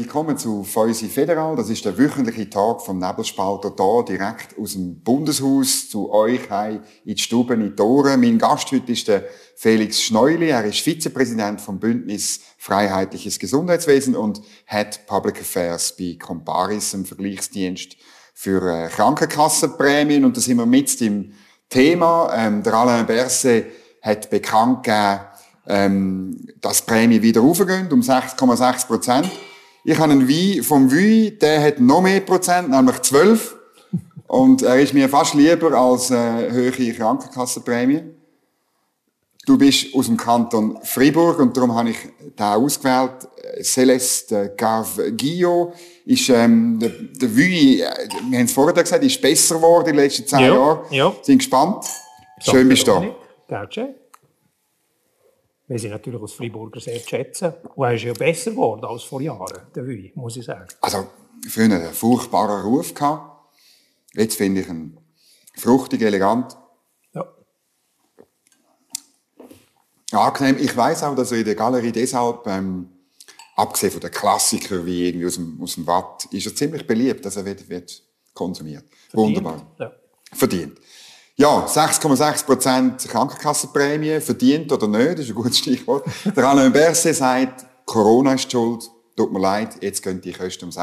willkommen zu Feusi Federal. Das ist der wöchentliche Tag vom Nebelspalter hier, direkt aus dem Bundeshaus zu euch heim in die Stube, in die Tore. Mein Gast heute ist der Felix Schneuli. Er ist Vizepräsident vom Bündnis Freiheitliches Gesundheitswesen und Head Public Affairs bei Comparis, einem Vergleichsdienst für Krankenkassenprämien. Und da sind wir mit im Thema. Der Alain Berset hat bekannt gegeben, dass die Prämie wieder raufgehen, um 6,6%. Ich habe einen Wein vom Vuy, der hat noch mehr Prozent, nämlich 12. Und er ist mir fast lieber als hohe Krankenkassenprämie. Du bist aus dem Kanton Fribourg und darum habe ich den ausgewählt. Celeste Garve-Guillot ist der Vuy, wir haben es vorher gesagt, ist besser geworden in den letzten 10 Jahren. Ja. Sind gespannt. Schön bist du da. Gerne. Wir sind natürlich als Freiburger sehr zu schätzen. Und er ist ja besser geworden als vor Jahren, der Vuy, muss ich sagen. Also, früher einen furchtbaren Ruf gehabt. Jetzt finde ich ihn fruchtig, elegant. Ja. Angenehm. Ich weiss auch, dass er in der Galerie deshalb, abgesehen von den Klassikern wie irgendwie aus dem Watt, ist er ziemlich beliebt, dass er wird konsumiert. Verdient. Wunderbar. Ja. Verdient. Ja, 6,6% Krankenkassenprämie, verdient oder nicht, das ist ein gutes Stichwort. Der Alain Berset sagt, Corona ist schuld, tut mir leid, jetzt gehen die Kosten um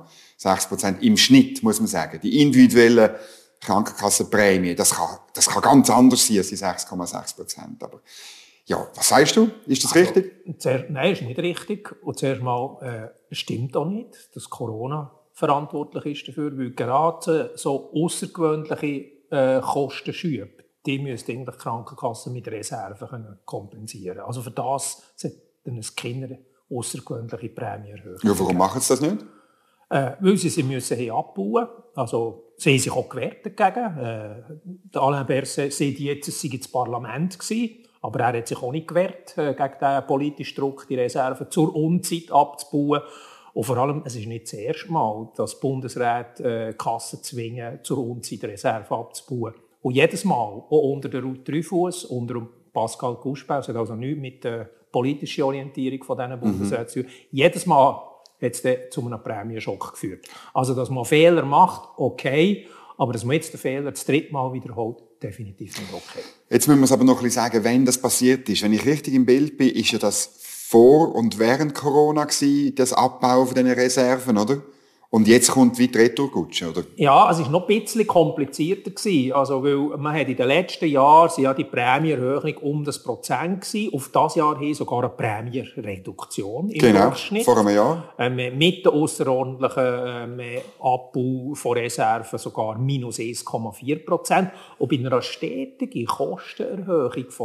6,6% im Schnitt, muss man sagen. Die individuelle Krankenkassenprämie, das kann ganz anders sein als die 6,6%. Aber ja, was sagst du? Ist das richtig? Nein, ist nicht richtig. Und zuerst mal stimmt auch nicht, dass Corona verantwortlich ist dafür, weil gerade so außergewöhnliche Kosten schübt, die müsste eigentlich die Krankenkasse mit Reserven kompensieren können. Also für das sollten es keine außergewöhnliche Prämie erhöhen. Ja, warum machen sie das nicht? Weil sie müssen abbauen. Also sie haben sich auch gewehrt dagegen. Alain Berset sagt jetzt, es sei das Parlament gewesen, aber er hat sich auch nicht gewehrt gegen den politischen Druck, die Reserven zur Unzeit abzubauen. Und vor allem, es ist nicht das erste Mal, dass Bundesräte Kassen zwingen, zur Unzeit Reserve abzubauen. Und jedes Mal, auch unter der Ruth Dreifuss, unter dem Pascal Couchepin, es hat also nichts mit der politischen Orientierung von diesen Bundesräten zu tun. Jedes Mal hat es zu einem Prämienschock geführt. Also, dass man Fehler macht, okay, aber dass man jetzt den Fehler das dritte Mal wiederholt, definitiv nicht okay. Jetzt müssen wir es aber noch ein bisschen sagen, wenn das passiert ist. Wenn ich richtig im Bild bin, ist ja das vor und während Corona gewesen, das Abbau von diesen Reserven, oder? Und jetzt kommt wieder die Retourkutsche, oder? Ja, es war noch ein bisschen komplizierter gewesen. Also, weil man hat in den letzten Jahren sind ja die Prämienerhöhung um das Prozent gewesen. Auf das Jahr hin sogar eine Prämiereduktion im Durchschnitt. Vor einem Jahr. Mit der ausserordentlichen Abbau von Reserven sogar minus 1,4%. Und bei einer stetigen Kostenerhöhung von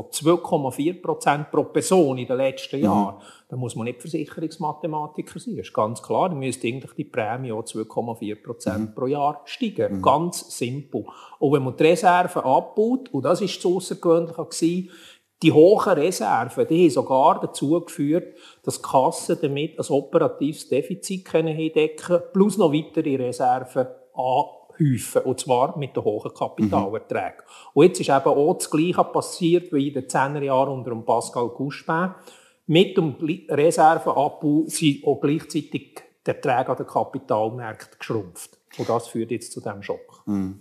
2,4% pro Person in den letzten Jahren, da muss man nicht Versicherungsmathematiker sein. Das ist ganz klar. Da müsste eigentlich die Prämie auch 2,4% pro Jahr steigen. Ganz simpel. Und wenn man die Reserven abbaut, und das war das Aussergewöhnliche, die hohen Reserven, die haben sogar dazu geführt, dass die Kassen damit ein operatives Defizit decken können, plus noch weitere Reserven anhäufen. Und zwar mit den hohen Kapitalerträgen. Und jetzt ist eben auch das Gleiche passiert wie in den 10er Jahren unter dem Pascal Couchepin. Mit dem Reservenabbau sind auch gleichzeitig die Erträge an den Kapitalmärkten geschrumpft. Und das führt jetzt zu diesem Schock.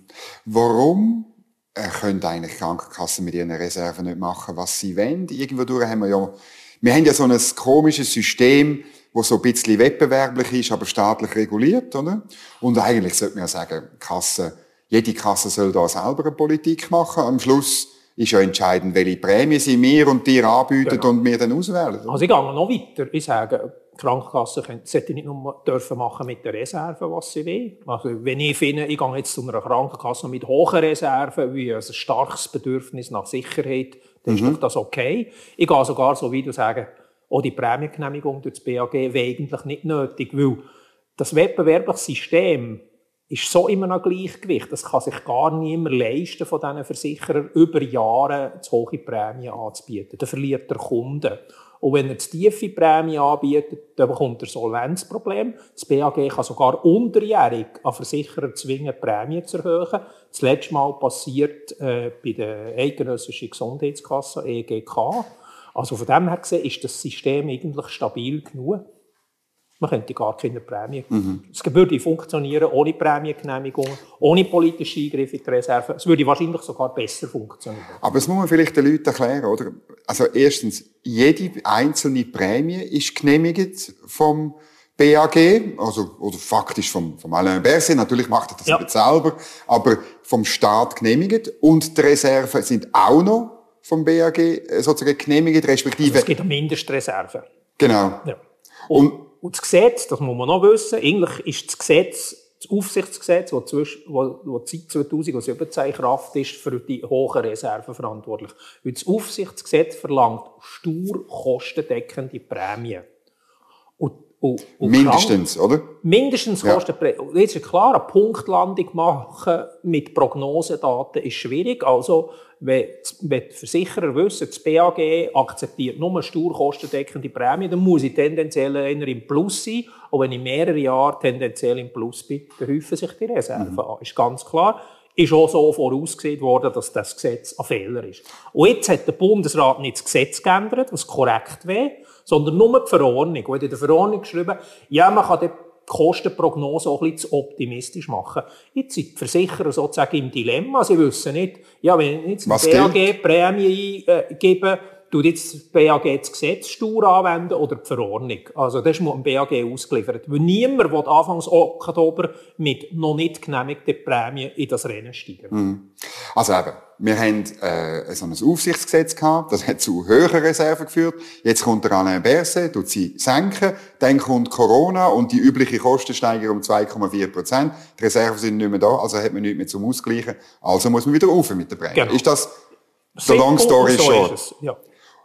Warum können eigentlich Krankenkassen mit ihren Reserven nicht machen, was sie wollen? Irgendwo durch haben wir haben ja so ein komisches System, das so ein bisschen wettbewerblich ist, aber staatlich reguliert, oder? Und eigentlich sollte man ja sagen, jede Kasse soll da selber eine Politik machen. Am Schluss ist ja entscheidend, welche Prämie sie mir und dir anbieten und wir dann auswählen. Oder? Also ich gehe noch weiter. Ich sage, die Krankenkassen sollten nicht nur dürfen machen mit den Reserven, was sie will. Also wenn ich finde, ich gehe jetzt zu einer Krankenkasse mit hohen Reserven, wie ein starkes Bedürfnis nach Sicherheit, dann ist doch das okay. Ich gehe sogar so weit und sage, auch die Prämiengenehmigung durch das BAG wäre eigentlich nicht nötig, weil das wettbewerbliche System ist so immer noch Gleichgewicht. Das kann sich gar niemand leisten, von diesen Versicherern über Jahre zu hohe Prämien anzubieten. Dann verliert der Kunde. Und wenn er zu tiefe Prämie anbietet, dann bekommt er Solvenzproblem. Das BAG kann sogar unterjährig an Versicherer zwingen, die Prämie zu erhöhen. Das letzte Mal passiert bei der Eidgenössischen Gesundheitskasse, EGK. Also von dem her gesehen ist das System eigentlich stabil genug. man könnte gar keine Prämie. Es würde funktionieren ohne Prämiengenehmigung, ohne politische Eingriffe in die Reserve. Es würde wahrscheinlich sogar besser funktionieren. Aber das muss man vielleicht den Leuten erklären, oder? Also erstens, jede einzelne Prämie ist genehmigt vom BAG, also, oder faktisch vom Alain Berset. Natürlich macht er das nicht selber, aber vom Staat genehmigt. Und die Reserven sind auch noch vom BAG sozusagen genehmigt, respektive... Also es gibt eine Mindestreserve. Genau. Ja. Und das Gesetz, das muss man noch wissen, eigentlich ist das Gesetz, das Aufsichtsgesetz, das seit 2017 in Kraft ist, für die hohen Reserven verantwortlich. Weil das Aufsichtsgesetz verlangt stur kostendeckende Prämien. Und mindestens, oder? Mindestens Kostenprämie. Jetzt ist klar, eine Punktlandung machen mit Prognosedaten ist schwierig. Also, wenn die Versicherer wissen, das BAG akzeptiert nur stur kostendeckende Prämie, dann muss ich tendenziell eher im Plus sein. Und wenn ich mehrere Jahre tendenziell im Plus bin, dann häufen sich die Reserven an. Ist ganz klar. Ist auch so vorausgesehen worden, dass das Gesetz ein Fehler ist. Und jetzt hat der Bundesrat nicht das Gesetz geändert, was korrekt wäre, sondern nur die Verordnung. Und in der Verordnung geschrieben, ja, man kann die Kostenprognose auch ein bisschen zu optimistisch machen. Jetzt sind die Versicherer sozusagen im Dilemma. Sie wissen nicht, ja, wenn ich jetzt ein BAG Prämie eingebe, tut jetzt das BAG das Gesetz stur anwenden oder die Verordnung. Also das ist dem BAG ausgeliefert. Weil niemand will Anfang Oktober mit noch nicht genehmigten Prämien in das Rennen steigen. Also eben, wir haben so ein Aufsichtsgesetz gehabt, das hat zu höheren Reserven geführt. Jetzt kommt der Alain Berset, tut sie senken. Dann kommt Corona und die übliche Kostensteigerung um 2,4%. Die Reserven sind nicht mehr da, also hat man nichts mehr zum Ausgleichen. Also muss man wieder rauf mit der Prämie. Genau. Ist das the long story short? Ja.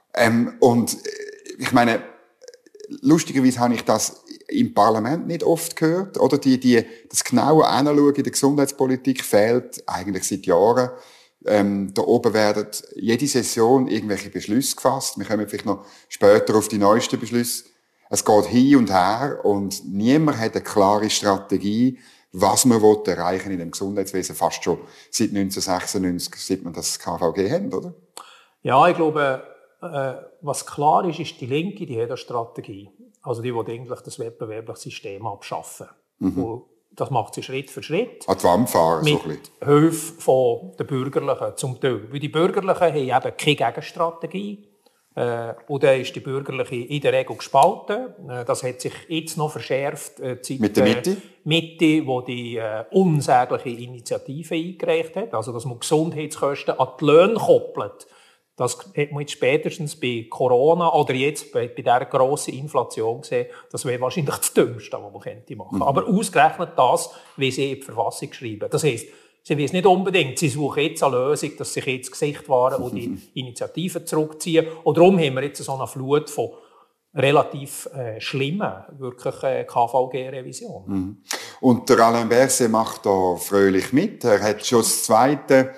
Und ich meine, lustigerweise habe ich das im Parlament nicht oft gehört, oder? Das genaue Anschauen in der Gesundheitspolitik fehlt eigentlich seit Jahren. Da oben werden jede Session irgendwelche Beschlüsse gefasst. Wir kommen vielleicht noch später auf die neuesten Beschlüsse. Es geht hin und her und niemand hat eine klare Strategie, was man erreichen in dem Gesundheitswesen. Fast schon seit 1996, seit man das KVG haben, oder? Ja, ich glaube, was klar ist, ist die Linke, die hat eine Strategie. Also die will eigentlich das wettbewerbliche System abschaffen. Und das macht sie Schritt für Schritt. An die Wand fahren, mit so ein bisschen. Hilfe von den Bürgerlichen zum Teil. Weil die Bürgerlichen haben eben keine Gegenstrategie. Und dann ist die Bürgerliche in der Regel gespalten. Das hat sich jetzt noch verschärft. Mit der Mitte? Mitte, wo die unsägliche Initiative eingereicht hat. Also, dass man Gesundheitskosten an die Löhne koppelt. Das hat man jetzt spätestens bei Corona oder jetzt bei dieser grossen Inflation gesehen. Das wäre wahrscheinlich das Dümmste, was man machen könnte. Aber ausgerechnet das, wie sie in die Verfassung schreiben. Das heisst, sie wissen nicht unbedingt, sie suchen jetzt eine Lösung, dass sich jetzt Gesicht wahren und die Initiativen zurückziehen. Und darum haben wir jetzt so eine Flut von relativ schlimmen, wirklich KVG-Revisionen. Und der Alain Berset macht da fröhlich mit. Er hat schon das zweite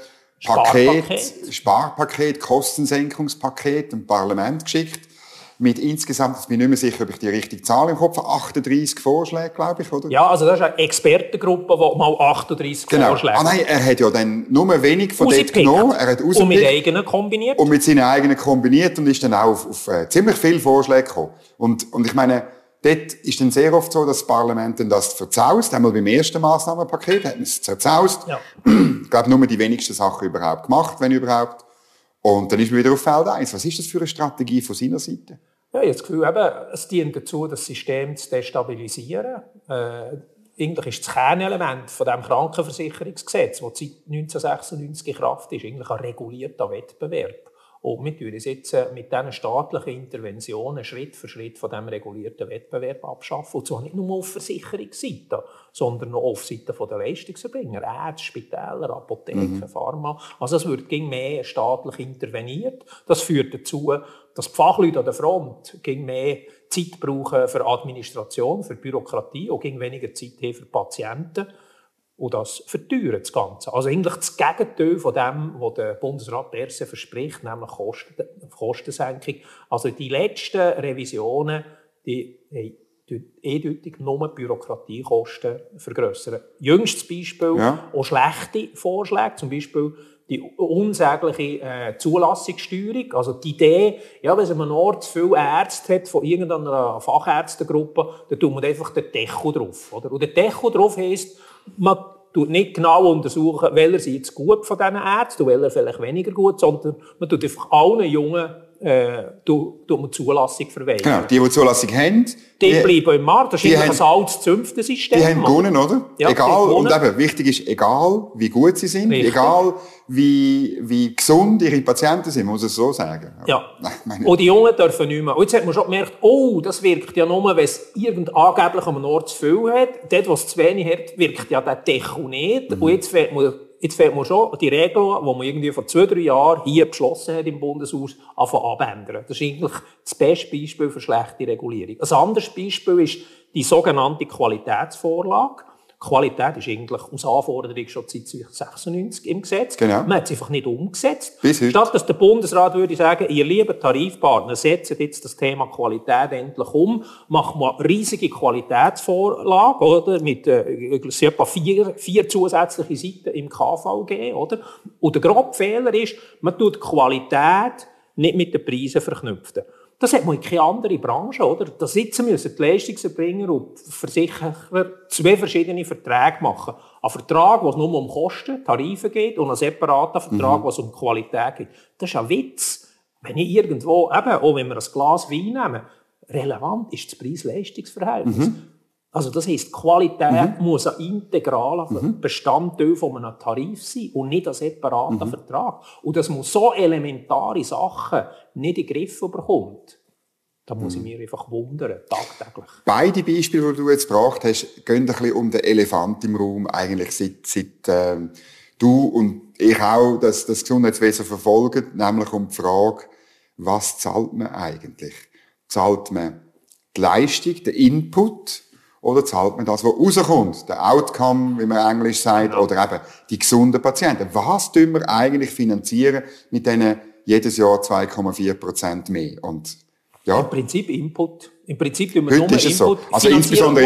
Sparpaket, Kostensenkungspaket dem Parlament geschickt. Mit insgesamt, ich bin nicht mehr sicher, ob ich die richtige Zahl im Kopf habe, 38 Vorschläge, glaube ich, oder? Ja, also das ist eine Expertengruppe, die mal 38 Vorschläge hat. Ah nein, er hat ja dann nur wenig von dort genommen. Er hat und mit eigenen kombiniert. Und mit seinen eigenen kombiniert und ist dann auch auf ziemlich viele Vorschläge gekommen. Und ich meine, dort ist dann sehr oft so, dass das Parlament dann das verzaust. Einmal beim ersten Massnahmenpaket hat man es zerzaust. Ja. Ich glaube, nur die wenigsten Sachen überhaupt gemacht, wenn überhaupt. Und dann ist man wieder auf Feld 1. Was ist das für eine Strategie von seiner Seite? Ja, ich habe das Gefühl, es dient dazu, das System zu destabilisieren. Eigentlich ist das Kernelement von dem Krankenversicherungsgesetz, das seit 1996 in Kraft ist, eigentlich ein regulierter Wettbewerb. Und wir tun uns jetzt mit diesen staatlichen Interventionen Schritt für Schritt von diesem regulierten Wettbewerb abschaffen. Und zwar nicht nur auf Versicherungsseite, sondern auch auf Seite der Leistungserbringer, Ärzte, Spitäler, Apotheken, Pharma. Also es wird gegen mehr staatlich interveniert. Das führt dazu, dass die Fachleute an der Front gegen mehr Zeit brauchen für Administration, für Bürokratie und gegen weniger Zeit haben für Patienten. Und das verteuert das Ganze. Also eigentlich das Gegenteil von dem, was der Bundesrat Berset verspricht, nämlich Kostensenkung. Also die letzten Revisionen, die haben eindeutig nur Bürokratiekosten vergrössern. Jüngstes Beispiel, auch schlechte Vorschläge, zum Beispiel die unsägliche Zulassungssteuerung. Also die Idee, ja, wenn man einen Ort zu viele Ärzte hat von irgendeiner Fachärztegruppe, dann tut man einfach den Deckel drauf. Oder? Und der Deckel drauf heisst, man tut nicht genau untersuchen, welcher ist jetzt gut von diesen Ärzten und welcher vielleicht weniger gut, sondern man tut einfach allen Jungen tut man Zulassung verweigern. Genau, die Zulassung haben, die bleiben im Markt. Das ist ein altes Zünftensystem. Die haben gewonnen, oder? Ja, egal, und eben, wichtig ist, egal wie gut sie sind, richtig, egal wie gesund ihre Patienten sind, muss ich so sagen. Ja. Und die Jungen dürfen nicht mehr. Und jetzt hat man schon gemerkt, das wirkt ja nur, wenn es angeblich an einem Ort zu viel hat. Dort, wo es zu wenig hat, wirkt ja der Deckel nicht. Und jetzt fällt man schon die Regeln, die man irgendwie vor 2-3 Jahren hier beschlossen hat im Bundeshaus, abändern. Das ist eigentlich das beste Beispiel für schlechte Regulierung. Ein anderes Beispiel ist die sogenannte Qualitätsvorlage. Qualität ist eigentlich aus Anforderung schon seit 1996 im Gesetz. Genau. Man hat es einfach nicht umgesetzt. Statt dass der Bundesrat würde sagen, ihr lieben Tarifpartner, setzt jetzt das Thema Qualität endlich um, macht mal riesige Qualitätsvorlage, oder? Mit, etwa 4 zusätzliche Seiten im KVG, oder? Und der grobe Fehler ist, man tut Qualität nicht mit den Preisen verknüpfen. Das hat man in keine andere Branche, oder? Da sitzen müssen die Leistungserbringer und die Versicherer 2 verschiedene Verträge machen. Ein Vertrag, wo es nur um Kosten, Tarife geht, und ein separater Vertrag, wo es um Qualität geht. Das ist ein Witz. Wenn ich irgendwo, auch wenn wir ein Glas Wein nehmen, relevant ist das Preis-Leistungs-Verhältnis. Also das heisst, die Qualität muss ein integraler Bestandteil von einem Tarif sein und nicht ein separater Vertrag. Und das muss so elementare Sachen nicht in den Griff bekommt. Da muss ich mich einfach wundern, tagtäglich. Beide Beispiele, die du jetzt gebracht hast, gehen ein bisschen um den Elefant im Raum, eigentlich seit du und ich auch das Gesundheitswesen verfolgen, nämlich um die Frage, was zahlt man eigentlich? Zahlt man die Leistung, den Input, oder zahlt man das, was rauskommt? Der Outcome, wie man Englisch sagt, oder eben die gesunden Patienten. Was tun wir eigentlich finanzieren mit diesen jedes Jahr 2,4% mehr? Und, ja. Im Prinzip Input. Im Prinzip tun wir nur Input so. Also insbesondere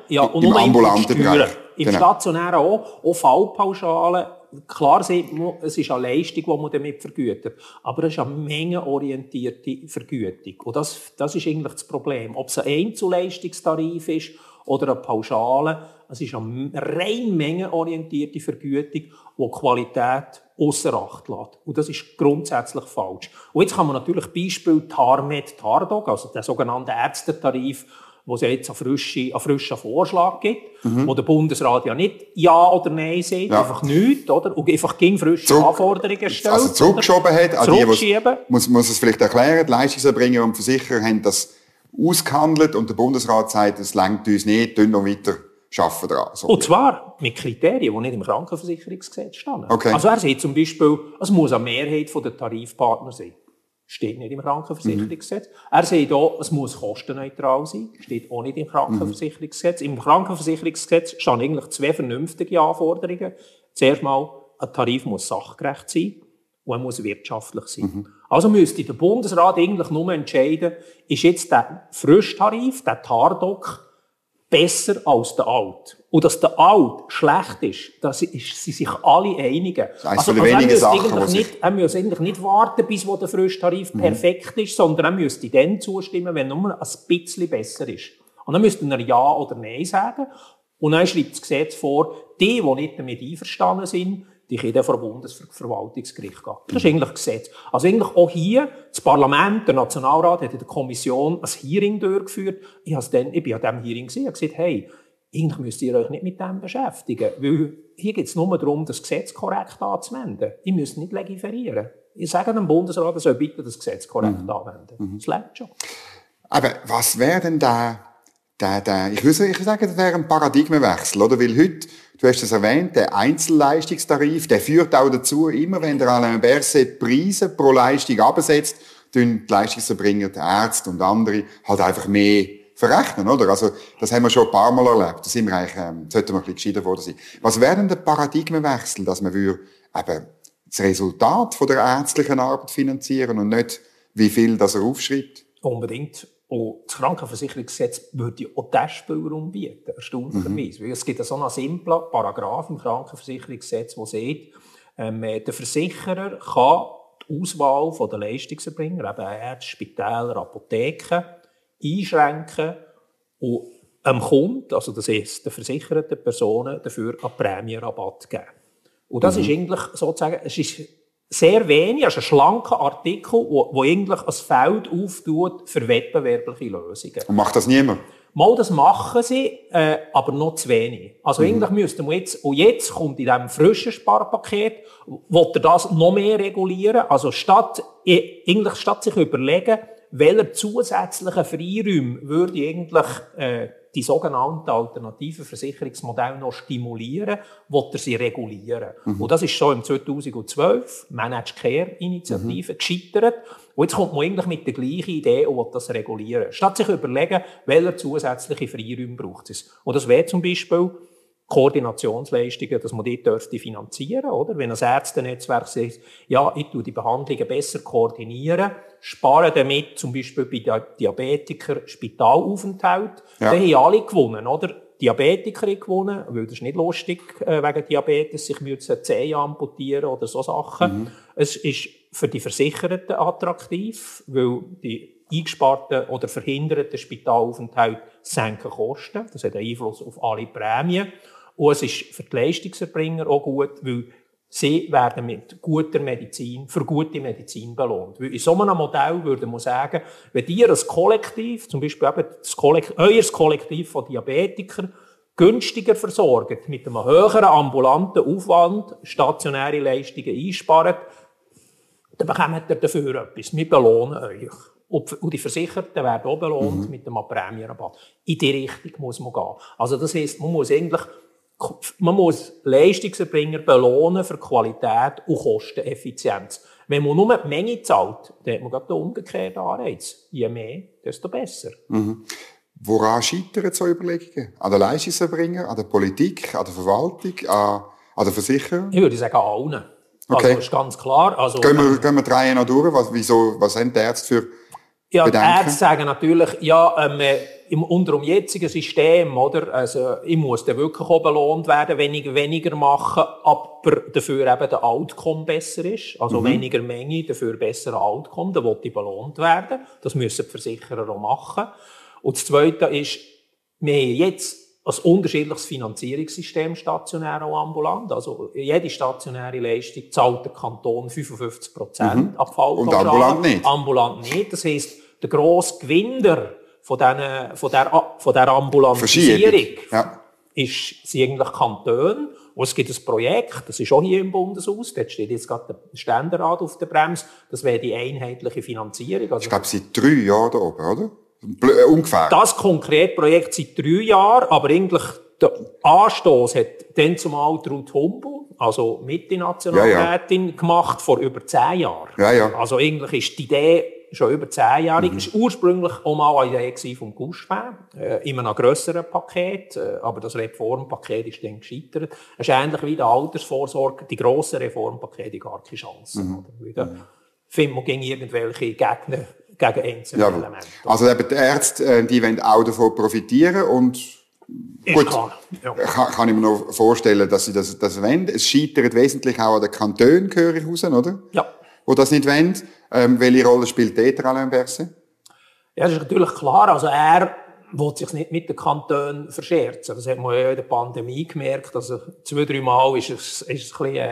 im ambulanten Bereich. Im Stationären auch Fallpauschalen. Klar, es ist eine Leistung, die man damit vergütet. Aber es ist eine mengenorientierte Vergütung. Und das ist eigentlich das Problem. Ob es ein Einzelleistungstarif ist oder eine Pauschale, es ist eine rein mengenorientierte Vergütung, die Qualität ausser Acht lässt. Und das ist grundsätzlich falsch. Und jetzt kann man natürlich Beispiel TARMED, TARDOC, also der sogenannte Ärztetarif, wo es ja jetzt einen frischen Vorschlag gibt, wo der Bundesrat ja nicht Ja oder Nein sagt, einfach nichts, oder? Und einfach gegen frische Anforderungen stellt. Also zurückgeschoben hat, an die, muss es vielleicht erklären, die Leistungserbringer und Versicherer haben das ausgehandelt und der Bundesrat sagt, es reicht uns nicht, tun noch weiter arbeiten daran. So. Und zwar mit Kriterien, die nicht im Krankenversicherungsgesetz stehen. Okay. Also er sagt zum Beispiel, es muss eine Mehrheit der Tarifpartner sein. Steht nicht im Krankenversicherungsgesetz. Er sagt auch, es muss kostenneutral sein. Steht auch nicht im Krankenversicherungsgesetz. Im Krankenversicherungsgesetz stehen eigentlich 2 vernünftige Anforderungen. Zuerst mal, ein Tarif muss sachgerecht sein und er muss wirtschaftlich sein. Also müsste der Bundesrat eigentlich nur entscheiden, ist jetzt der Frischtarif, der TARDOC, besser als der Alt. Und dass der Alt schlecht ist, da sind sich alle einig. Er müsste eigentlich nicht warten, bis der Frischtarif perfekt ist, sondern er müsste dann zustimmen, wenn nur ein bisschen besser ist. Und dann müsste er Ja oder Nein sagen. Und dann schreibt das Gesetz vor, die nicht damit einverstanden sind, die können dann vor dem Bundesverwaltungsgericht gehen. Das ist eigentlich Gesetz. Also eigentlich auch hier, das Parlament, der Nationalrat hat in der Kommission ein Hearing durchgeführt. Ich bin an diesem Hearing gesehen und gesagt, hey, eigentlich müsst ihr euch nicht mit dem beschäftigen. Weil hier geht es nur darum, das Gesetz korrekt anzuwenden. Ihr müsst nicht legiferieren. Ich sage dem Bundesrat, er soll bitte das Gesetz korrekt anwenden. Das läuft schon. Aber was wäre denn ich würde sagen, das wäre ein Paradigmenwechsel, oder? Weil heute, du hast es erwähnt, der Einzelleistungstarif, der führt auch dazu, immer wenn der Alain Berset Preise pro Leistung absetzt, tun die Leistungserbringer, die Ärzte und andere halt einfach mehr verrechnen, oder? Also, das haben wir schon ein paar Mal erlebt. Da sind wir eigentlich, sollten wir ein bisschen gescheiter worden sein. Was wäre denn der Paradigmenwechsel, dass man eben das Resultat von der ärztlichen Arbeit finanzieren und nicht, wie viel das er aufschreibt? Unbedingt. Und das Krankenversicherungsgesetz würde auch diesen Spielraum bieten, erstaunlicherweise. Weil es gibt so einen simplen Paragraph im Krankenversicherungsgesetz, der sagt, der Versicherer kann die Auswahl der Leistungserbringer, eben Ärzte, Spitäler, Apotheken, einschränken und dem Kunden, also das heisst, den versicherten Personen, dafür einen Prämienrabatt geben. Und das ist eigentlich sozusagen, es ist sehr wenig, also ein schlanker Artikel, der eigentlich ein Feld auftut für wettbewerbliche Lösungen. Und macht das niemand? Mal, das machen sie, aber noch zu wenig. Also eigentlich müssten wir jetzt, und jetzt kommt in diesem frischen Sparpaket, will er das noch mehr regulieren, also statt sich überlegen, welche zusätzlichen Freiräume würde eigentlich die sogenannten alternativen Versicherungsmodelle noch stimulieren, will er sie regulieren. Und das ist schon im 2012, Managed Care Initiative, gescheitert. Und jetzt kommt man eigentlich mit der gleichen Idee und will das regulieren. Statt sich überlegen, welche zusätzliche Freiräume braucht es. Und das wäre zum Beispiel Koordinationsleistungen, dass man die finanzieren dürfte, oder? Wenn ein Ärztenetzwerk sagt, ja, ich tue die Behandlungen besser koordinieren, spare damit zum Beispiel bei Diabetikern Spitalaufenthalt, dann haben alle gewonnen, oder? Diabetiker haben gewonnen, weil das ist nicht lustig, wegen Diabetes, sich Zähne amputieren oder so Sachen. Es ist für die Versicherten attraktiv, weil die eingesparten oder verhinderten Spitalaufenthalte senken Kosten. Das hat einen Einfluss auf alle Prämien. Und es ist für die Leistungserbringer auch gut, weil sie werden mit guter Medizin, für gute Medizin belohnt. Weil in so einem Modell würde man sagen, wenn ihr als Kollektiv, zum Beispiel eben euer Kollektiv von Diabetikern, günstiger versorgt, mit einem höheren ambulanten Aufwand, stationäre Leistungen einspart, dann bekommt ihr dafür etwas. Wir belohnen euch. Und die Versicherten werden auch belohnt mit einem Prämienrabatt. In die Richtung muss man gehen. Also das heisst, man muss Leistungserbringer belohnen für Qualität und Kosteneffizienz. Wenn man nur die Menge zahlt, dann hat man gerade den umgekehrten Anreiz. Je mehr, desto besser. Woran scheitern so Überlegungen? An den Leistungserbringern, an der Politik, an der Verwaltung, an der Versicherung? Ich würde sagen, allen. Okay. Also, ist ganz klar. Also, gehen wir die Reihe noch durch? Was haben die Ärzte für ja, die Bedenken? Ärzte sagen natürlich, ja, unter dem jetzigen System, oder? Also, ich muss dann wirklich auch belohnt werden, wenn ich weniger mache, aber dafür eben der Outcome besser ist. Also, weniger Menge, dafür besserer Outcome, dann will ich belohnt werden. Das müssen die Versicherer auch machen. Und das Zweite ist, wir haben jetzt ein unterschiedliches Finanzierungssystem, stationär und ambulant. Also, jede stationäre Leistung zahlt der Kanton 55% an Fallpauschale. Und ambulant nicht. Ambulant nicht. Das heisst, der grosse Gewinner von dieser Ambulantisierung sind eigentlich Kantone. Und es gibt ein Projekt, das ist auch hier im Bundeshaus, dort steht jetzt gerade der Ständerat auf der Bremse, das wäre die einheitliche Finanzierung. Also, ich glaube, seit 3 Jahren da oben, oder? Ungefähr. Das konkrete Projekt seit 3 Jahren, aber eigentlich der Anstoß hat dann zumal Ruth Humbel, also Mitte-Nationalrätin, gemacht vor über 10 Jahren. Also eigentlich ist die Idee schon über 10 Jahre. Das war ursprünglich auch mal eine Idee vom Couchepin, in einem grösseren Paket, aber das Reformpaket ist dann gescheitert. Es ist ähnlich wie die Altersvorsorge, die grossen Reformpakete gar keine Chance. Da findet man gegen irgendwelche Gegner gegen einzelne Elemente. Also eben die Ärzte, die wollen auch davon profitieren und gut, kann ich mir noch vorstellen, dass sie das wollen. Es scheitert wesentlich auch an den Kantonen, höre ich raus, oder? Ja. Die das nicht wollen. Welche Rolle spielt dort Alain Berset? Ja, das ist natürlich klar. Also er will sich nicht mit den Kantonen verscherzen. Das hat man ja in der Pandemie gemerkt. Also 2-3 Mal ist es ein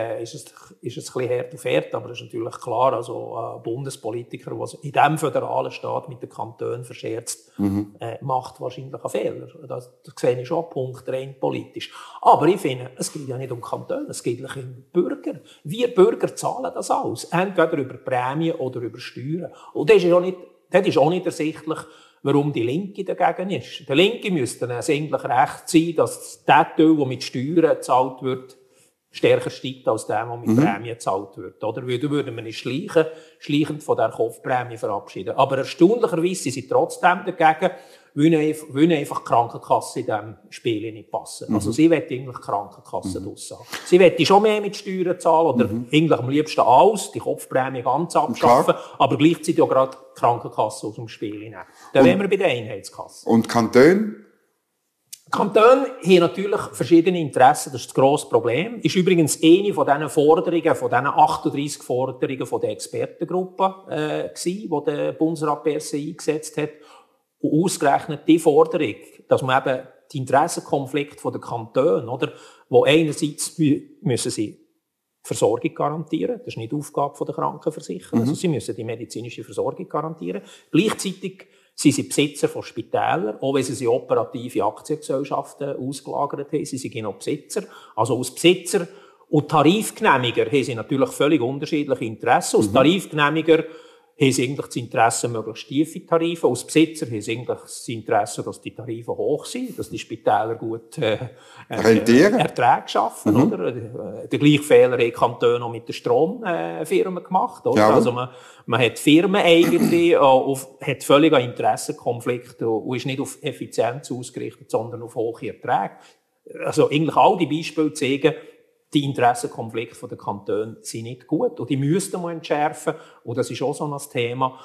bisschen hart auf hart, aber das ist natürlich klar. Also ein Bundespolitiker, der sich in diesem föderalen Staat mit den Kantonen verscherzt, macht wahrscheinlich einen Fehler. Das sehe ich schon einen Punkt, rein politisch. Aber ich finde, es geht ja nicht um Kantone, es geht um die Bürger. Wir Bürger zahlen das alles. Entweder über Prämien oder über Steuern. Und das ist auch nicht ersichtlich, warum die Linke dagegen ist. Der Linke müsste es eigentlich recht sein, dass der Teil, der mit Steuern gezahlt wird, stärker steigt als der, der mit Prämie gezahlt wird. Oder? Weil dann würden wir nicht schleichend von der Kopfprämie verabschieden. Aber erstaunlicherweise sind sie trotzdem dagegen, weil einfach die Krankenkasse in diesem Spiel nicht passen. Also sie wollen eigentlich die Krankenkasse draus haben. Sie wollen schon mehr mit Steuern zahlen oder eigentlich am liebsten alles, die Kopfprämie ganz abschaffen, aber gleichzeitig auch gerade die Krankenkasse aus dem Spiel nehmen. Dann wären wir bei der Einheitskasse. Und Kantone? Kantone haben natürlich verschiedene Interessen, das ist das grosse Problem. Ist übrigens eine von diesen Forderungen, von diesen 38 Forderungen von der Expertengruppe, die der Bundesrat per se eingesetzt hat. Und ausgerechnet die Forderung, dass man eben die Interessenkonflikte der Kantone, oder, wo einerseits müssen sie Versorgung garantieren, das ist nicht die Aufgabe der Krankenversicherer, also sie müssen die medizinische Versorgung garantieren. Gleichzeitig sind sie Besitzer von Spitälern, auch wenn sie operative Aktiengesellschaften ausgelagert haben, sie sind noch Besitzer. Also als Besitzer und Tarifgenehmiger haben sie natürlich völlig unterschiedliche Interessen. Als Tarifgenehmiger haben sie eigentlich das Interesse, möglichst tiefe Tarife. Als Besitzer haben sie eigentlich das Interesse, dass die Tarife hoch sind, dass die Spitäler gut Erträge schaffen. Oder? Den gleichen Fehler haben Kantone noch mit den Stromfirmen gemacht. Oder? Ja. Also man hat Firmen eigentlich, hat völlig einen Interessenkonflikt und ist nicht auf Effizienz ausgerichtet, sondern auf hohe Erträge. Also eigentlich all die Beispiele zeigen, die Interessenkonflikte der Kantone sind nicht gut. Und die müssten wir entschärfen. Und das ist auch so ein Thema,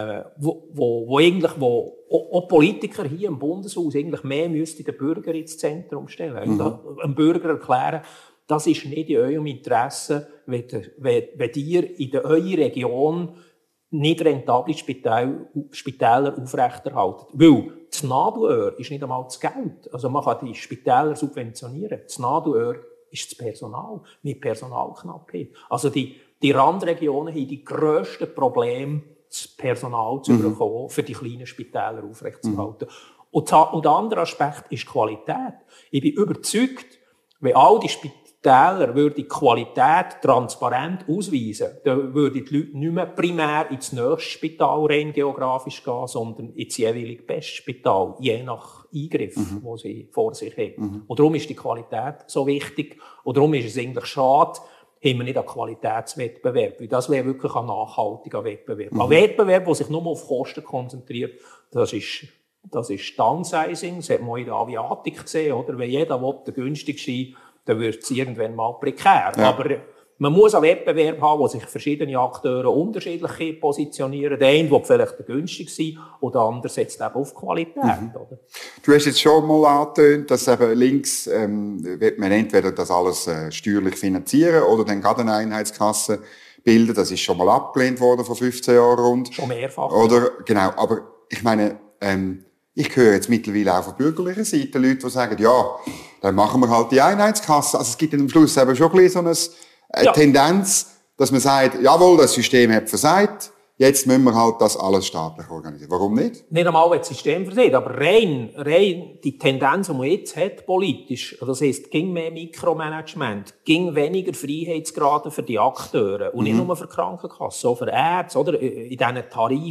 wo auch Politiker hier im Bundeshaus eigentlich mehr müssten den Bürger ins Zentrum stellen. Einem Bürger erklären, das ist nicht in eurem Interesse, wenn ihr in eurer Region nicht rentable Spitäler aufrechterhalten. Weil das Nadelöhr ist nicht einmal das Geld. Also man kann die Spitäler subventionieren. Das Nadelöhr ist das Personal, mit Personalknappheit. Also die Randregionen haben die grössten Probleme, das Personal zu bekommen, für die kleinen Spitäler aufrechtzuerhalten. Und der andere Aspekt ist die Qualität. Ich bin überzeugt, wenn all die Spitäler die Qualität transparent ausweisen, dann würden die Leute nicht mehr primär ins nächste Spital rein geografisch gehen, sondern ins jeweilige beste Spital, je nach Eingriff, den sie vor sich haben. Und darum ist die Qualität so wichtig. Und darum ist es eigentlich schade, haben wir nicht einen Qualitätswettbewerb. Weil das wäre wirklich ein nachhaltiger Wettbewerb. Ein Wettbewerb, der sich nur auf Kosten konzentriert, das ist Downsizing. Das hat man in der Aviatik gesehen, oder? Wenn jeder will, der günstigste sein, dann wird es irgendwann mal prekär. Ja. Aber man muss einen Wettbewerb haben, wo sich verschiedene Akteure unterschiedlich positionieren. Der eine will vielleicht der günstigste sein und der andere setzt eben auf Qualität. Oder? Du hast jetzt schon mal angetönt, dass eben links wird man entweder das alles steuerlich finanzieren oder dann gerade eine Einheitskasse bilden. Das ist schon mal abgelehnt worden vor 15 Jahren rund. Schon mehrfach. Oder, genau. Aber ich meine, ich höre jetzt mittlerweile auch von bürgerlicher Seite Leute, die sagen, ja, dann machen wir halt die Einheitskasse. Also es gibt dann am Schluss eben schon ein bisschen so eine Tendenz, dass man sagt, jawohl, das System hat versagt, jetzt müssen wir halt das alles staatlich organisieren. Warum nicht? Nicht einmal, wenn das System versagt, aber rein die Tendenz, die man jetzt hat, politisch, das heisst, ging mehr Mikromanagement, ging weniger Freiheitsgrade für die Akteure und nicht nur für die Krankenkassen, auch für Ärzte, oder? In diesen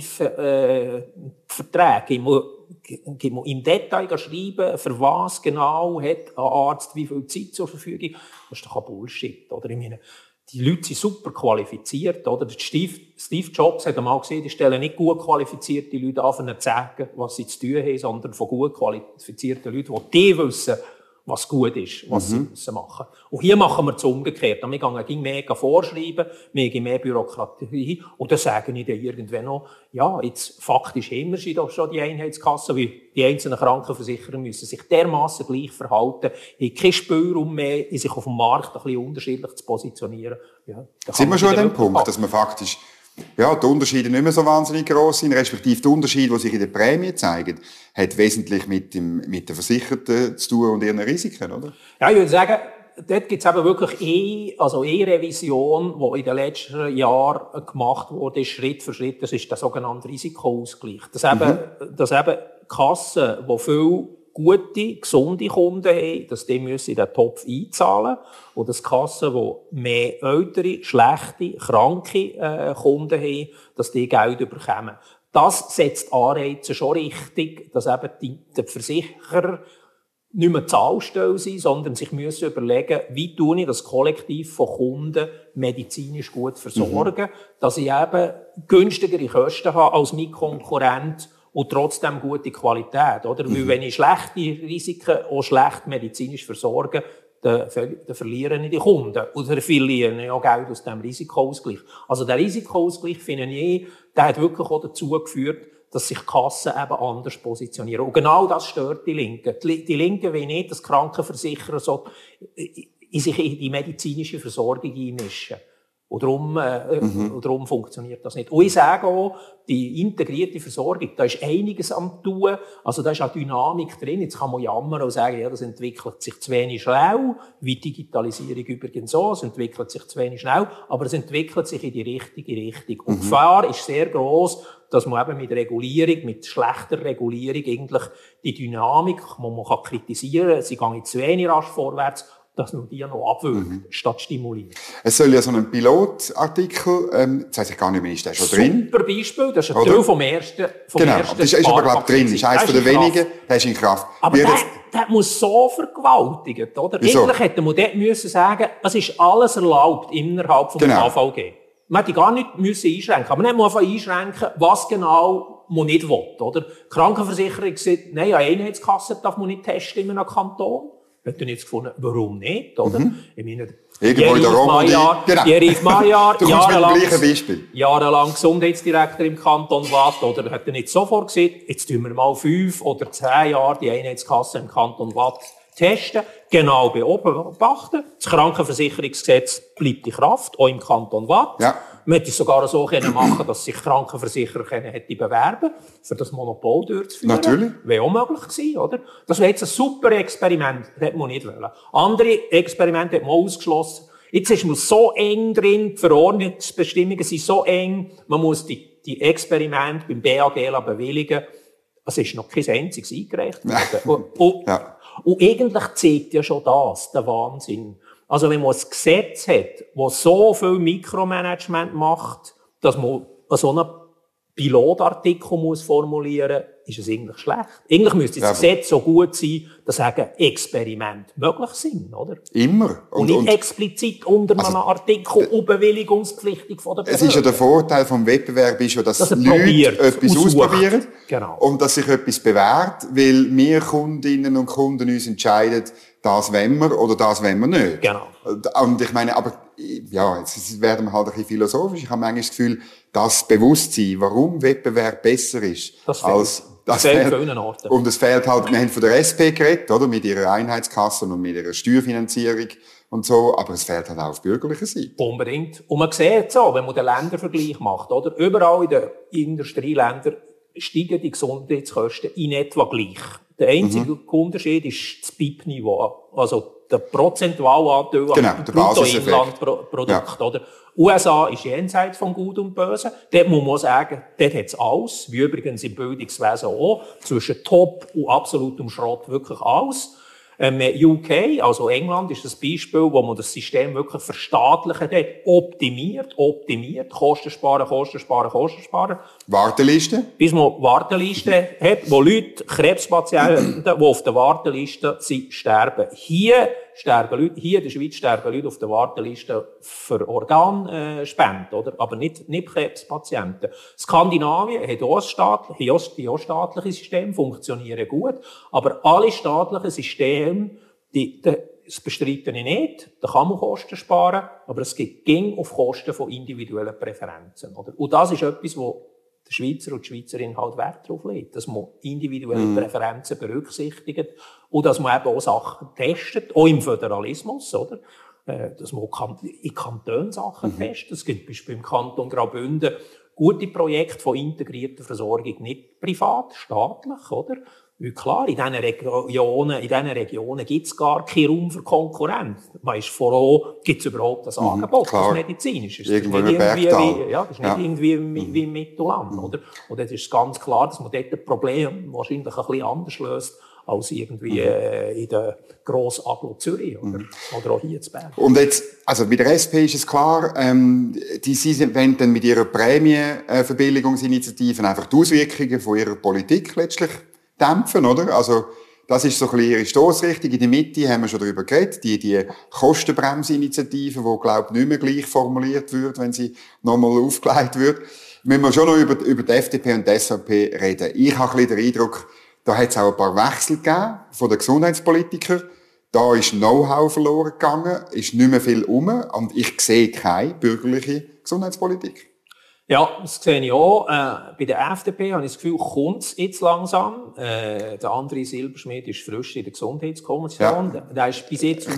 Tarifverträgen im Detail schreiben, für was genau hat ein Arzt wie viel Zeit zur Verfügung. Das ist doch ein Bullshit, oder? Ich meine, die Leute sind super qualifiziert, oder? Steve Jobs hat einmal gesehen, die stellen nicht gut qualifizierte Leute an, zu sagen, was sie zu tun haben, sondern von gut qualifizierten Leuten, die wissen, was gut ist, was sie müssen machen. Und hier machen wir das umgekehrt. Wir gehen mega vorschreiben, wir gehen mehr Bürokratie, und dann sagen ich dann irgendwann noch, ja, jetzt faktisch haben wir doch schon die Einheitskasse, weil die einzelnen Krankenversicherer müssen sich dermassen gleich verhalten, haben keinen Spielraum mehr, sich auf dem Markt ein bisschen unterschiedlich zu positionieren. Ja, sind wir schon an dem Punkt, dass man faktisch die Unterschiede nicht mehr so wahnsinnig gross sind, respektive die Unterschiede, die sich in der Prämie zeigen, hat wesentlich mit den Versicherten zu tun und ihren Risiken, oder? Ja, ich würde sagen, dort gibt es eben wirklich eine Revision, die in den letzten Jahren gemacht wurde, Schritt für Schritt. Das ist der sogenannte Risikoausgleich. Dass eben Kassen, die viel gute, gesunde Kunden haben, dass die müssen in den Topf einzahlen. Und dass Kassen, die mehr ältere, schlechte, kranke Kunden haben, dass die Geld bekommen. Das setzt Anreize schon richtig, dass eben die Versicherer nicht mehr Zahlstelle sein, sondern sich müssen überlegen, wie tue ich das Kollektiv von Kunden medizinisch gut versorgen, dass ich eben günstigere Kosten habe als mein Konkurrent und trotzdem gute Qualität, oder? Weil wenn ich schlechte Risiken auch schlecht medizinisch versorge, dann verlieren ich die Kunden. Oder verlieren ja Geld aus dem Risikoausgleich. Also der Risikoausgleich, finde ich, der hat wirklich auch dazu geführt, dass sich Kassen eben anders positionieren. Und genau das stört die Linken. Die Linken wollen nicht, dass Krankenversicherer so sich in die medizinische Versorgung einmischen. Und darum funktioniert das nicht. Und ich sage auch, die integrierte Versorgung, da ist einiges am tun. Also da ist auch Dynamik drin. Jetzt kann man jammern und sagen, ja, das entwickelt sich zu wenig schnell, wie Digitalisierung übrigens so. Es entwickelt sich zu wenig schnell, aber es entwickelt sich in die richtige Richtung. Und die Gefahr ist sehr gross, dass man eben mit Regulierung, mit schlechter Regulierung eigentlich die Dynamik, die man kritisieren kann, sie gehen zu wenig rasch vorwärts, dass man die noch abwirkt, statt stimuliert. Es soll ja so einen Pilotartikel, jetzt weiss ich gar nicht mehr, ist der schon drin? Super Beispiel, das ist ein Teil vom ersten Genau, das ist aber, glaube ich, drin. Das ist eines der wenigen, der ist in Kraft. Aber der muss so vergewaltigt, oder? Wieso? Eigentlich hätte man dort müssen sagen, es ist alles erlaubt innerhalb vom AVG. Man hätte gar nicht müssen einschränken, aber nicht mal einschränken, was genau man nicht will, oder? Die Krankenversicherung sagt, nein, eine Einheitskasse darf man nicht testen in einem Kanton. Ich habe dann jetzt gefunden, warum nicht, oder? Ich meine, irgendwo in der Romandie. Yeriv Majar, genau. jahrelang Gesundheitsdirektor im Kanton Waadt, oder hat er nicht sofort gesagt, jetzt tun wir mal 5 oder 10 Jahre die Einheitskasse im Kanton Waadt testen, genau beobachten. Das Krankenversicherungsgesetz bleibt in Kraft, auch im Kanton Waadt. Ja. Man hätte es sogar so machen, dass sich Krankenversicherer hätte bewerben, für das Monopol durchzuführen. Natürlich. Wäre auch möglich gewesen, oder? Das wäre jetzt ein super Experiment, das hätte man nicht wollen. Andere Experimente hat man ausgeschlossen. Jetzt ist man so eng drin, die Verordnungsbestimmungen sind so eng, man muss die Experimente beim BAG bewilligen. Es ist noch kein einziges eingereicht worden. Und eigentlich zeigt ja schon das, der Wahnsinn. Also wenn man ein Gesetz hat, das so viel Mikromanagement macht, dass man so einen Pilotartikel formulieren muss, ist es eigentlich schlecht. Eigentlich müsste das Gesetz so gut sein, dass sagen Experiment möglich sind, oder? Immer. Und nicht explizit unter einem Artikel und bewilligungspflichtig von der Behörde. Es ist ja der Vorteil vom Wettbewerb, ist ja, dass Leute etwas ausprobieren. Genau. Und dass sich etwas bewährt, weil wir Kundinnen und Kunden uns entscheiden, das wollen wir oder das wollen wir nicht. Genau. Und ich meine, aber, ja, jetzt werden wir halt ein bisschen philosophisch. Ich habe manchmal das Gefühl, das Bewusstsein, warum Wettbewerb besser ist, das fehlt. Und es fehlt halt, wir haben von der SP geredet, oder? Mit ihrer Einheitskasse und mit ihrer Steuerfinanzierung und so. Aber es fehlt halt auch auf bürgerlicher Seite. Unbedingt. Und man sieht so, wenn man den Ländervergleich macht, oder? Überall in den Industrieländern steigen die Gesundheitskosten in etwa gleich. Der einzige Unterschied ist das BIP-Niveau. Also der prozentuale Anteil am Bruttoinlandprodukt, oder? USA ist jenseits von Gut und Böse. Dort muss man sagen, dort hat es alles, wie übrigens im Bildungswesen auch, zwischen Top und absolutem Schrott wirklich alles. UK, also England, ist das Beispiel, wo man das System wirklich verstaatlicht hat, optimiert, Kosten sparen. Warteliste? Bis man Warteliste hat, wo Leute, Krebspatienten, die auf der Warteliste sind, sterben. Hier in der Schweiz sterben Leute auf der Warteliste für Organspenden, oder? Aber nicht Krebspatienten. Skandinavien hat auch staatliche Systeme, funktionieren gut. Aber alle staatlichen Systeme, das bestreite ich nicht. Da kann man Kosten sparen, aber es geht auf Kosten von individuellen Präferenzen, oder? Und das ist etwas, wo der Schweizer und die Schweizerin halt Wert darauf legt, dass man individuelle Präferenzen berücksichtigt und dass man eben auch Sachen testet, auch im Föderalismus, oder? Dass man in Kantonen Sachen testet. Es gibt beispielsweise im Kanton Graubünden gute Projekte von integrierter Versorgung, nicht privat, staatlich, oder? Weil klar, in diesen Regionen gibt es gar keinen Raum für Konkurrenz. Man ist froh, gibt es überhaupt das Angebot, das medizinisch ist. Irgendwo im Bergtal. Das ist nicht irgendwie wie im Mittelland, oder? Und dann ist es ganz klar, dass man dort das Problem wahrscheinlich ein bisschen anders löst, als irgendwie in der grossen Aglo Zürich oder auch hier in Bern. Und jetzt, also bei der SP ist es klar, sie wollen dann mit ihrer Prämienverbilligungsinitiative einfach die Auswirkungen von ihrer Politik letztlich dämpfen, oder? Also das ist so ein bisschen ihre Stossrichtung. In der Mitte haben wir schon darüber geredet, die Kostenbremsinitiative, die, glaube ich, nicht mehr gleich formuliert wird, wenn sie nochmal aufgelegt wird. Müssen wir schon noch über die FDP und die SVP reden. Ich habe ein bisschen den Eindruck, da hat es auch ein paar Wechsel gegeben von den Gesundheitspolitikern. Da ist Know-how verloren gegangen, ist nicht mehr viel rum und ich sehe keine bürgerliche Gesundheitspolitik. Ja, das sehe ich auch. Bei der FDP habe ich das Gefühl, kommt es jetzt langsam. Der André Silberschmidt ist frisch in der Gesundheitskommission. Ja. Der ist bis jetzt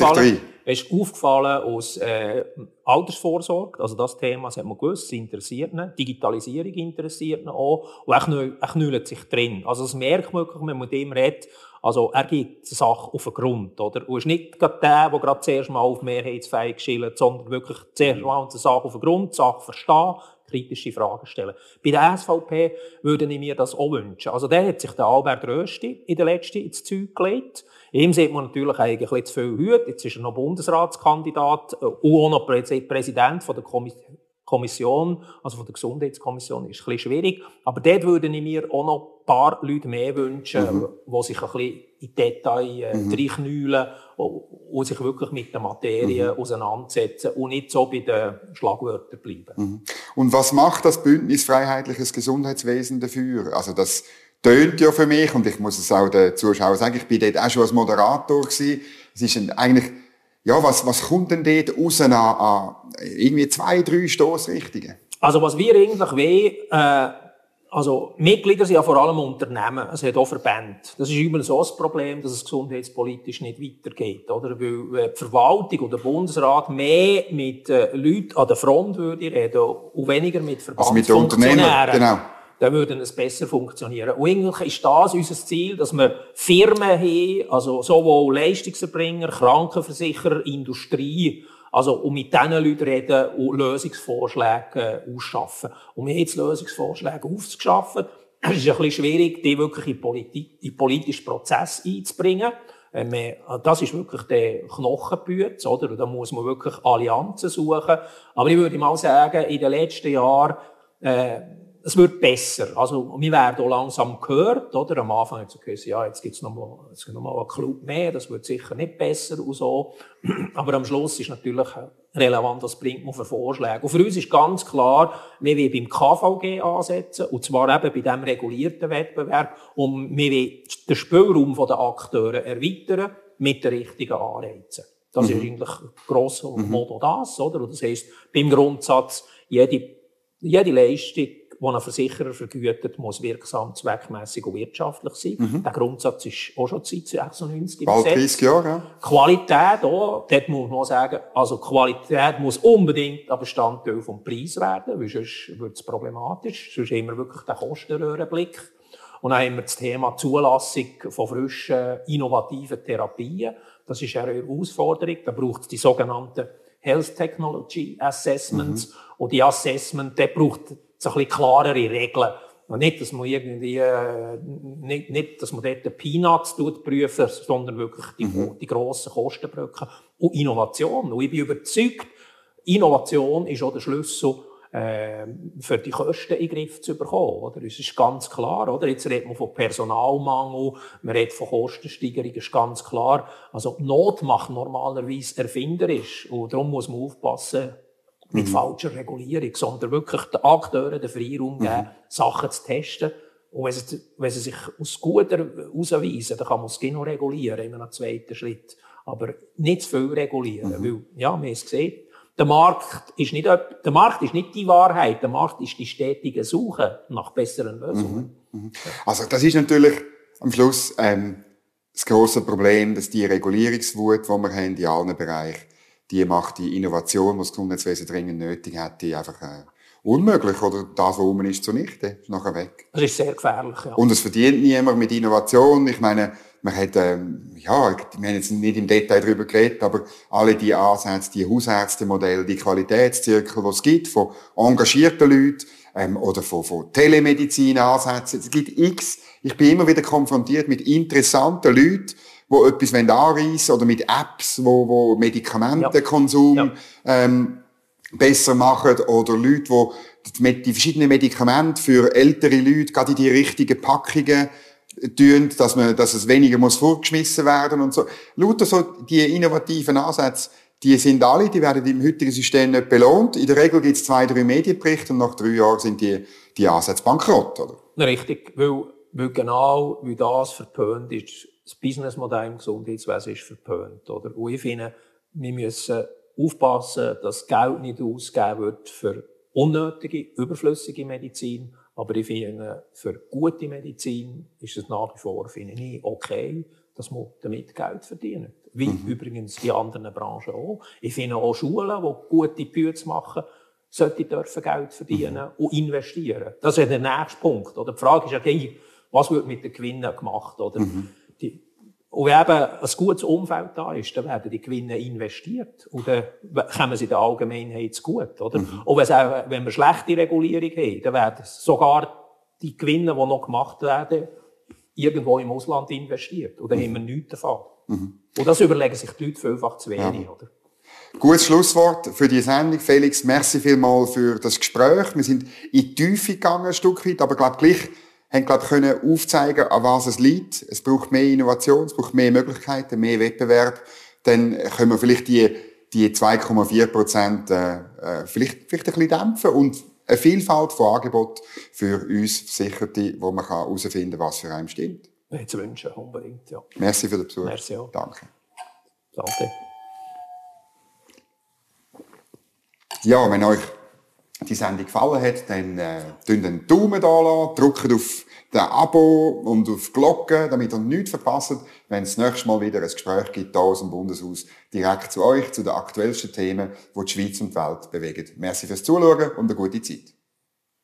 aufgefallen aus Altersvorsorge. Also das Thema, das hat man gewusst, das interessiert ihn. Digitalisierung interessiert ihn auch. Und er knüllt sich drin. Also das merkt man wirklich, wenn man mit ihm redet. Also er gibt die Sache auf den Grund, oder? Und ist nicht gerade der gerade zuerst mal auf mehrheitsfähig schillt, sondern wirklich zuerst mal die Sache auf den Grund, die Sache verstehen, kritische Fragen stellen. Bei der SVP würde ich mir das auch wünschen. Also der hat sich der Albert Rösti in der letzten ins Zeug gelegt. Ihm sieht man natürlich eigentlich zu viel Hüte. Jetzt ist er noch Bundesratskandidat und auch noch Präsident von der Kommission, also von der Gesundheitskommission, ist ein bisschen schwierig. Aber dort würde ich mir auch noch ein paar Leute mehr wünschen, die sich ein bisschen in Details reinknüllen und sich wirklich mit der Materie auseinandersetzen und nicht so bei den Schlagwörtern bleiben. Und was macht das Bündnis Freiheitliches Gesundheitswesen dafür? Also das tönt ja für mich, und ich muss es auch den Zuschauern sagen, ich bin dort auch schon als Moderator gewesen. Es ist eigentlich, ja, was kommt denn dort raus an irgendwie 2, 3 Stossrichtungen? Also was wir eigentlich wollen, also Mitglieder sind ja vor allem Unternehmen, es hat auch Verbände. Das ist immer so das Problem, dass es gesundheitspolitisch nicht weitergeht, oder? Weil die Verwaltung und der Bundesrat mehr mit Leuten an der Front würde reden und weniger mit Verbandsfunktionären. Also mit Unternehmen, genau. Dann würde es besser funktionieren. Und eigentlich ist das unser Ziel, dass wir Firmen haben, also sowohl Leistungserbringer, Krankenversicherer, Industrie, also, und mit diesen Leuten reden und Lösungsvorschläge ausschaffen. Und wir haben jetzt Lösungsvorschläge aufgeschaffen. Es ist ein bisschen schwierig, die wirklich in den politischen Prozess einzubringen. Das ist wirklich der Knochenbütz, oder? Und da muss man wirklich Allianzen suchen. Aber ich würde mal sagen, in den letzten Jahren, es wird besser. Also, wir werden auch langsam gehört, oder? Am Anfang hat es gesagt, ja, jetzt gibt's noch mal einen Club mehr, das wird sicher nicht besser und so. Aber am Schluss ist natürlich relevant, was bringt man für Vorschläge. Und für uns ist ganz klar, wir wollen beim KVG ansetzen, und zwar eben bei diesem regulierten Wettbewerb, und wir wollen den Spielraum der Akteure erweitern mit den richtigen Anreizen. Das ist eigentlich grosso modo das, oder? Und das heisst, beim Grundsatz, jede Leistung, die ein Versicherer vergütet, muss wirksam, zweckmässig und wirtschaftlich sein. Der Grundsatz ist auch schon seit 96 im Bald 30 Jahre, ja. Qualität auch, dort muss man sagen, also Qualität muss unbedingt ein Bestandteil vom Preis werden, weil sonst wird es problematisch. Sonst haben wir wirklich den Kostenröhrenblick. Und dann haben wir das Thema Zulassung von frischen, innovativen Therapien. Das ist eine Herausforderung. Da braucht es die sogenannten Health Technology Assessments. Und die Assessment, der braucht so ein bisschen klarere Regeln. Und nicht, dass man irgendwie, nicht, dass man dort den Peanuts prüfen, sondern wirklich die grossen Kostenbrücken. Und Innovation. Und ich bin überzeugt, Innovation ist auch der Schlüssel, für die Kosten in den Griff zu bekommen, oder? Das ist ganz klar, oder? Jetzt redet man von Personalmangel, man redet von Kostensteigerung, ist ganz klar. Also, Not macht normalerweise erfinderisch. Und darum muss man aufpassen, mit falscher Regulierung, sondern wirklich den Akteuren den Freiraum geben, Sachen zu testen. Und wenn sie sich aus gut herausweisen, dann kann man es genau regulieren, in einem zweiten Schritt. Aber nicht zu viel regulieren, weil, ja, wir haben es gesehen, der Markt ist nicht die Wahrheit, der Markt ist die stetige Suche nach besseren Lösungen. Also, das ist natürlich am Schluss, das grosse Problem, dass die Regulierungswut, die wir haben in allen Bereichen, die macht die Innovation, die das Gesundheitswesen dringend nötig hat, die einfach unmöglich. Oder das, was rum ist, zunichte. Ist nachher weg. Das ist sehr gefährlich, ja. Und es verdient niemand mit Innovation. Ich meine, man hat, wir haben jetzt nicht im Detail darüber geredet, aber alle die Ansätze, die Hausärztemodelle, die Qualitätszirkel, die es gibt, von engagierten Leuten, oder von Telemedizin-Ansätzen. Es gibt x. Ich bin immer wieder konfrontiert mit interessanten Leuten, die etwas anreissen wollen, oder mit Apps, wo Medikamentenkonsum besser machen, oder Leute, die verschiedenen Medikamente für ältere Leute gerade in die richtigen Packungen dass es weniger muss vorgeschmissen werden und so. Lauter so die innovativen Ansätze, die sind alle, die werden im heutigen System nicht belohnt. In der Regel gibt es 2-3 Medienberichte und nach 3 Jahren sind die Ansätze bankrott, oder? Richtig, weil genau wie das verpönt ist, das Businessmodell im Gesundheitswesen ist verpönt, oder? Und ich finde, wir müssen aufpassen, dass Geld nicht ausgegeben wird für unnötige, überflüssige Medizin. Aber ich finde, für gute Medizin ist es nach wie vor, finde ich, okay, dass man damit Geld verdient. Wie übrigens in anderen Branchen auch. Ich finde auch Schulen, die gute Bücher machen, sollten Geld verdienen und investieren. Das ist der nächste Punkt. Oder? Die Frage ist ja, was wird mit den Gewinnen gemacht? Oder? Und wenn eben ein gutes Umfeld da ist, dann werden die Gewinne investiert. Und dann kommen sie der Allgemeinheit zu gut, oder? Und wenn wir schlechte Regulierung haben, dann werden sogar die Gewinne, die noch gemacht werden, irgendwo im Ausland investiert. Und dann haben wir nichts davon. Und das überlegen sich die Leute vielfach zu wenig, oder? Gutes Schlusswort für die Sendung. Felix, merci vielmals für das Gespräch. Wir sind in die Tiefe gegangen, ein Stück weit, aber können aufzeigen, an was es liegt. Es braucht mehr Innovation, es braucht mehr Möglichkeiten, mehr Wettbewerb. Dann können wir vielleicht die 2,4% vielleicht ein bisschen dämpfen und eine Vielfalt von Angeboten für uns Versicherte, wo man herausfinden kann, was für einen stimmt. Zu wünschen, unbedingt, ja. Merci für den Besuch. Merci auch. Danke. Danke. Ja, wenn euch die Sendung gefallen hat, dann drückt einen Daumen da lassen, drückt auf den Abo und auf die Glocke, damit ihr nichts verpasst, wenn es das nächste Mal wieder ein Gespräch gibt, hier aus dem Bundeshaus, direkt zu euch, zu den aktuellsten Themen, die die Schweiz und die Welt bewegen. Merci fürs Zuschauen und eine gute Zeit.